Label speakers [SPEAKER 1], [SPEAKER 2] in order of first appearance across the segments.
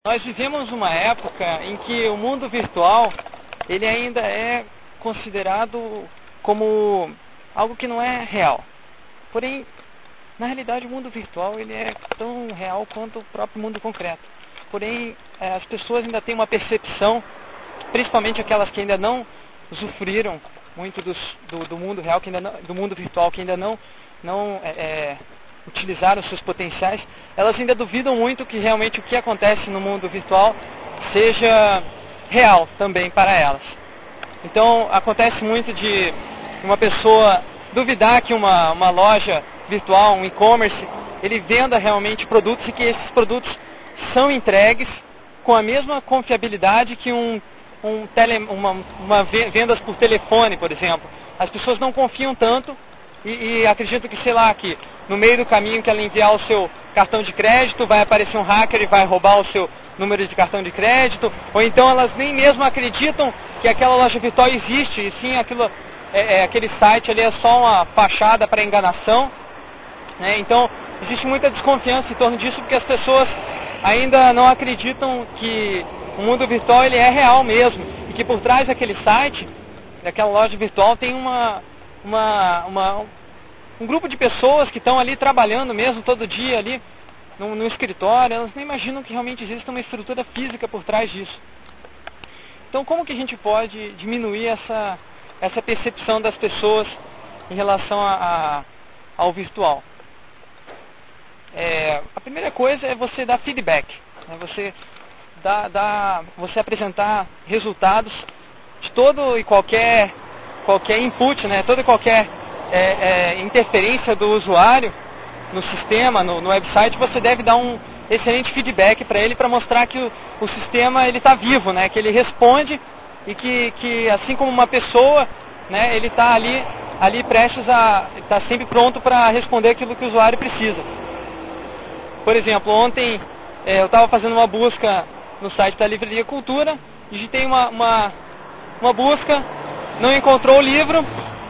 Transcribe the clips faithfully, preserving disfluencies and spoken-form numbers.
[SPEAKER 1] Nós vivemos uma época em que o mundo virtual ele ainda é considerado como algo que não é real. Porém, na realidade, o mundo virtual ele é tão real quanto o próprio mundo concreto. Porém, as pessoas ainda têm uma percepção, principalmente aquelas que ainda não usufruíram muito dos, do, do mundo real, que ainda não, do mundo virtual, que ainda não, não é, é, utilizaram os seus potenciais, elas ainda duvidam muito que realmente o que acontece no mundo virtual seja real também para elas. Então, acontece muito de uma pessoa duvidar que uma, uma loja virtual, um e-commerce, ele venda realmente produtos e que esses produtos são entregues com a mesma confiabilidade que um, um tele, uma, uma vendas por telefone, por exemplo. As pessoas não confiam tanto e, e acreditam que, sei lá, que no meio do caminho que ela enviar o seu cartão de crédito, vai aparecer um hacker e vai roubar o seu número de cartão de crédito, ou então elas nem mesmo acreditam que aquela loja virtual existe, e sim aquilo, é, é, aquele site ali é só uma fachada para enganação, né? Então existe muita desconfiança em torno disso, porque as pessoas ainda não acreditam que o mundo virtual ele é real mesmo, e que por trás daquele site, daquela loja virtual, tem uma, uma, uma um grupo de pessoas que estão ali trabalhando mesmo todo dia ali no, no escritório. Elas não imaginam que realmente existe uma estrutura física por trás disso. Então, como que a gente pode diminuir essa, essa percepção das pessoas em relação a, a, ao virtual? É, a primeira coisa é você dar feedback, né? você, dar, dar, você apresentar resultados de todo e qualquer, qualquer input, né? todo e qualquer É, é, interferência do usuário no sistema, no, no website. Você deve dar um excelente feedback para ele, para mostrar que o, o sistema ele está vivo, né? Que ele responde e que, que assim como uma pessoa, né? Ele está ali, ali prestes a, está sempre pronto para responder aquilo que o usuário precisa. Por exemplo, ontem é, eu estava fazendo uma busca no site da Livraria Cultura, digitei uma, uma, uma busca, não encontrou o livro,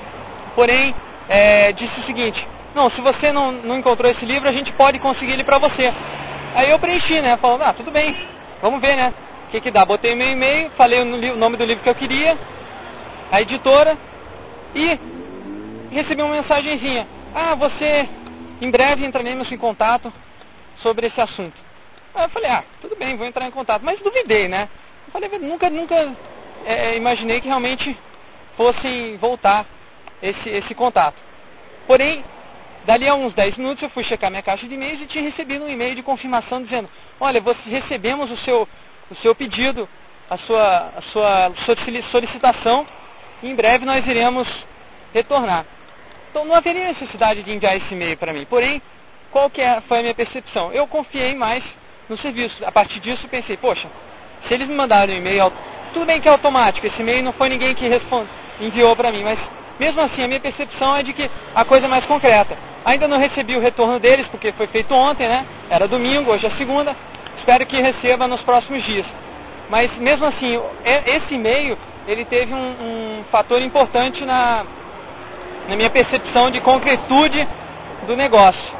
[SPEAKER 1] porém É, disse o seguinte: não, se você não, não encontrou esse livro, a gente pode conseguir ele para você. Aí eu preenchi, né, falando, ah, tudo bem, vamos ver, né, o que que dá. Botei meu e-mail, falei o nome do livro que eu queria, a editora, e recebi uma mensagenzinha: ah, você em breve entraremos em contato sobre esse assunto. Aí eu falei, ah, tudo bem, vou entrar em contato, mas duvidei, né, eu falei, nunca, nunca é, imaginei que realmente fossem voltar Esse, esse contato. Porém, dali a uns dez minutos eu fui checar minha caixa de e-mails e tinha recebido um e-mail de confirmação dizendo: olha, você, recebemos o seu, o seu pedido, a sua, a sua solicitação, e em breve nós iremos retornar. Então não haveria necessidade de enviar esse e-mail para mim. Porém, qual que é, foi a minha percepção? Eu confiei mais no serviço. A partir disso pensei, poxa, se eles me mandaram um e-mail, tudo bem que é automático, esse e-mail não foi ninguém que responde, enviou para mim, mas mesmo assim, a minha percepção é de que a coisa é mais concreta. Ainda não recebi o retorno deles, porque foi feito ontem, né? Era domingo, hoje é segunda. Espero que receba nos próximos dias. Mas, mesmo assim, esse e-mail, ele teve um, um fator importante na, na minha percepção de concretude do negócio.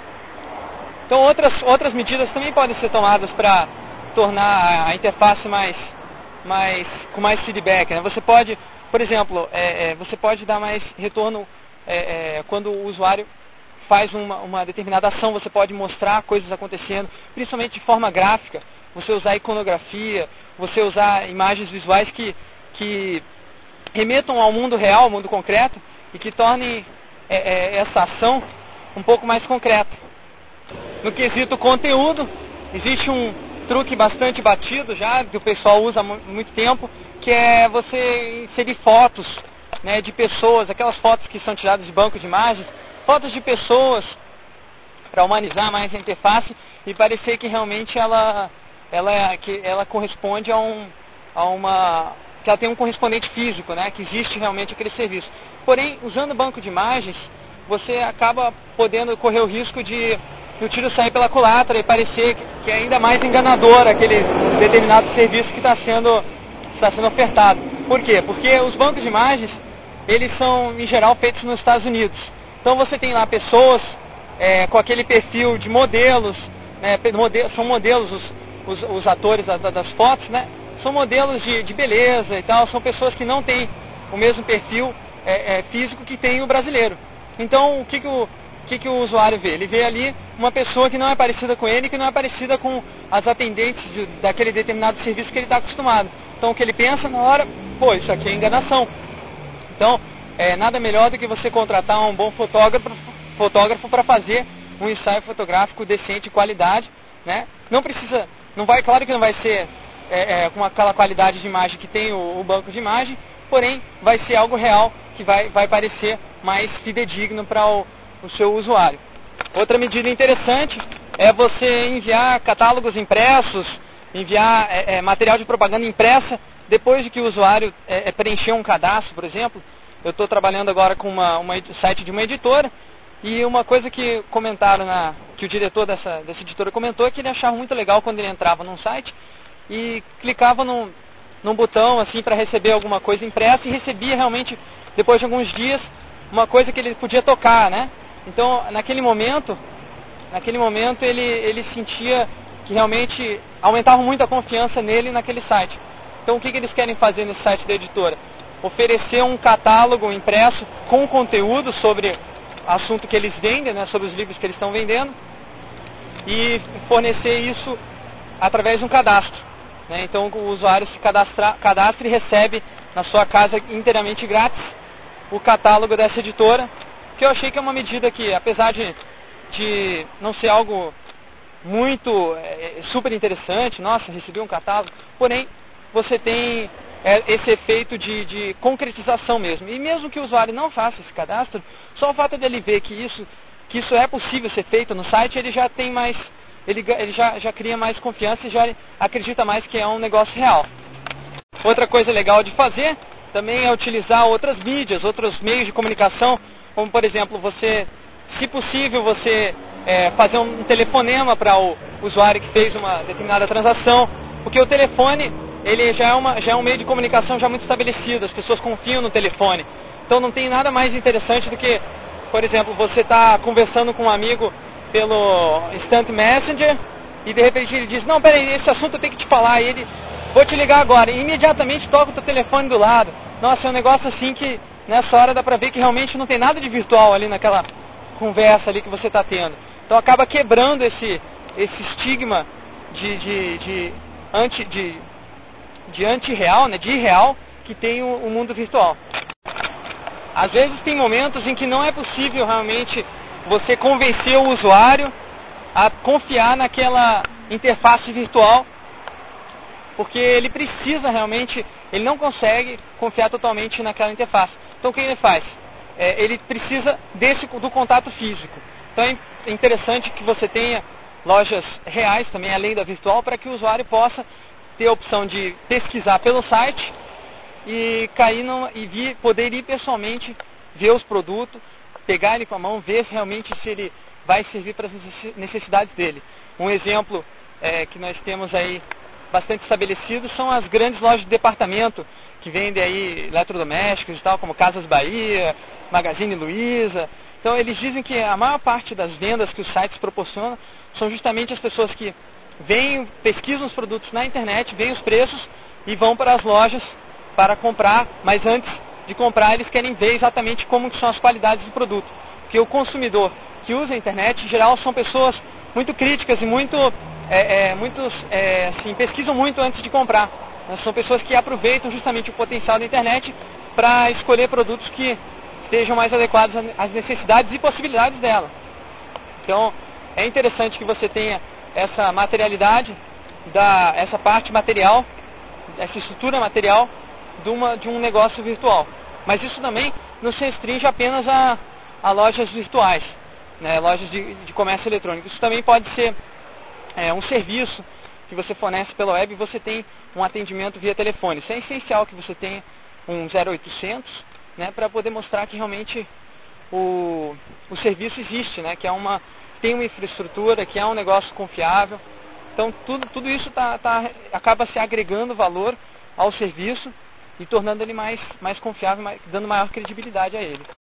[SPEAKER 1] Então, outras, outras medidas também podem ser tomadas para tornar a interface mais, mais, com mais feedback, né? Você pode... Por exemplo, é, é, você pode dar mais retorno é, é, quando o usuário faz uma, uma determinada ação. Você pode mostrar coisas acontecendo, principalmente de forma gráfica. Você usar iconografia, você usar imagens visuais que, que remetam ao mundo real, ao mundo concreto, e que tornem é, é, essa ação um pouco mais concreta. No quesito conteúdo, existe um truque bastante batido já, que o pessoal usa há muito tempo, que é você inserir fotos, né, de pessoas, aquelas fotos que são tiradas de banco de imagens, fotos de pessoas, para humanizar mais a interface e parecer que realmente ela, ela, que ela corresponde a, um, a uma... que ela tem um correspondente físico, né, que existe realmente aquele serviço. Porém, usando banco de imagens, você acaba podendo correr o risco de o tiro sair pela culatra e parecer que é ainda mais enganador aquele determinado serviço que está sendo, está sendo ofertado. Por quê? Porque os bancos de imagens, eles são, em geral, feitos nos Estados Unidos. Então você tem lá pessoas é, com aquele perfil de modelos, né, são modelos, os, os, os atores da, das fotos, né, são modelos de, de beleza e tal, são pessoas que não têm o mesmo perfil é, é, físico que tem o brasileiro. Então, o que, que, o, o que, que o usuário vê? Ele vê ali uma pessoa que não é parecida com ele, que não é parecida com as atendentes de, daquele determinado serviço que ele está acostumado. Então, o que ele pensa na hora, pô, isso aqui é enganação. Então, é nada melhor do que você contratar um bom fotógrafo fotógrafo para fazer um ensaio fotográfico decente de qualidade, né? Não precisa, não vai, claro que não vai ser é, é, com aquela qualidade de imagem que tem o, o banco de imagem, porém vai ser algo real que vai, vai parecer mais fidedigno para o, o seu usuário. Outra medida interessante é você enviar catálogos impressos, enviar é, é, material de propaganda impressa depois de que o usuário é, é, preencher um cadastro, por exemplo. Eu estou trabalhando agora com uma, uma site de uma editora. E uma coisa que comentaram, na, que o diretor dessa, dessa editora comentou, é que ele achava muito legal quando ele entrava num site e clicava num, num botão assim para receber alguma coisa impressa e recebia realmente, depois de alguns dias, uma coisa que ele podia tocar, né? Então, naquele momento, naquele momento ele, ele sentia que realmente aumentava muito a confiança nele naquele site. Então, o que, que eles querem fazer nesse site da editora? Oferecer um catálogo impresso com conteúdo sobre assunto que eles vendem, né, sobre os livros que eles estão vendendo, e fornecer isso através de um cadastro, né? Então o usuário se cadastra, cadastra e recebe na sua casa inteiramente grátis o catálogo dessa editora, que eu achei que é uma medida que, apesar de, de não ser algo muito é, super interessante, nossa, recebi um catálogo, porém você tem é, esse efeito de, de concretização mesmo. E mesmo que o usuário não faça esse cadastro, só o fato de ele ver que isso, que isso é possível ser feito no site, ele já tem mais, ele, ele já, já cria mais confiança e já acredita mais que é um negócio real. Outra coisa legal de fazer também é utilizar outras mídias, outros meios de comunicação, como por exemplo, você, se possível, você é, fazer um telefonema para o usuário que fez uma determinada transação, porque o telefone, ele já é, uma, já é um meio de comunicação já muito estabelecido, as pessoas confiam no telefone. Então não tem nada mais interessante do que, por exemplo, você está conversando com um amigo pelo Instant Messenger e de repente ele diz, não, peraí, esse assunto eu tenho que te falar, e ele, vou te ligar agora, e imediatamente toca o teu telefone do lado. Nossa, é um negócio assim que nessa hora dá pra ver que realmente não tem nada de virtual ali naquela conversa ali que você está tendo. Então acaba quebrando esse, esse estigma de, de, de, anti, de, de anti-real, né, de irreal, que tem o, o mundo virtual. Às vezes tem momentos em que não é possível realmente você convencer o usuário a confiar naquela interface virtual, porque ele precisa realmente, ele não consegue confiar totalmente naquela interface. Então o que ele faz? É, ele precisa desse, do contato físico. Então é interessante que você tenha lojas reais também, além da virtual, para que o usuário possa ter a opção de pesquisar pelo site e cair no, e vir, poder ir pessoalmente ver os produtos, pegar ele com a mão, ver realmente se ele vai servir para as necessidades dele. Um exemplo é, que nós temos aí bastante estabelecido são as grandes lojas de departamento que vendem aí eletrodomésticos e tal, como Casas Bahia, Magazine Luiza. Então eles dizem que a maior parte das vendas que os sites proporcionam são justamente as pessoas que vêm, pesquisam os produtos na internet, veem os preços e vão para as lojas para comprar, mas antes de comprar eles querem ver exatamente como são as qualidades do produto. Porque o consumidor que usa a internet, em geral, são pessoas muito críticas e muito, é, é, muitos, é, assim, pesquisam muito antes de comprar. São pessoas que aproveitam justamente o potencial da internet para escolher produtos que estejam mais adequados às necessidades e possibilidades dela. Então, é interessante que você tenha essa materialidade, da, essa parte material, essa estrutura material de, uma, de um negócio virtual. Mas isso também não se restringe apenas a, a lojas virtuais, né, lojas de, de comércio eletrônico. Isso também pode ser é, um serviço que você fornece pela web e você tem um atendimento via telefone. Isso é essencial que você tenha um zero oitocentos, né, para poder mostrar que realmente o, o serviço existe, né, que é uma, tem uma infraestrutura, que é um negócio confiável. Então tudo, tudo isso tá, tá, acaba se agregando valor ao serviço e tornando ele mais, mais confiável, mais, dando maior credibilidade a ele.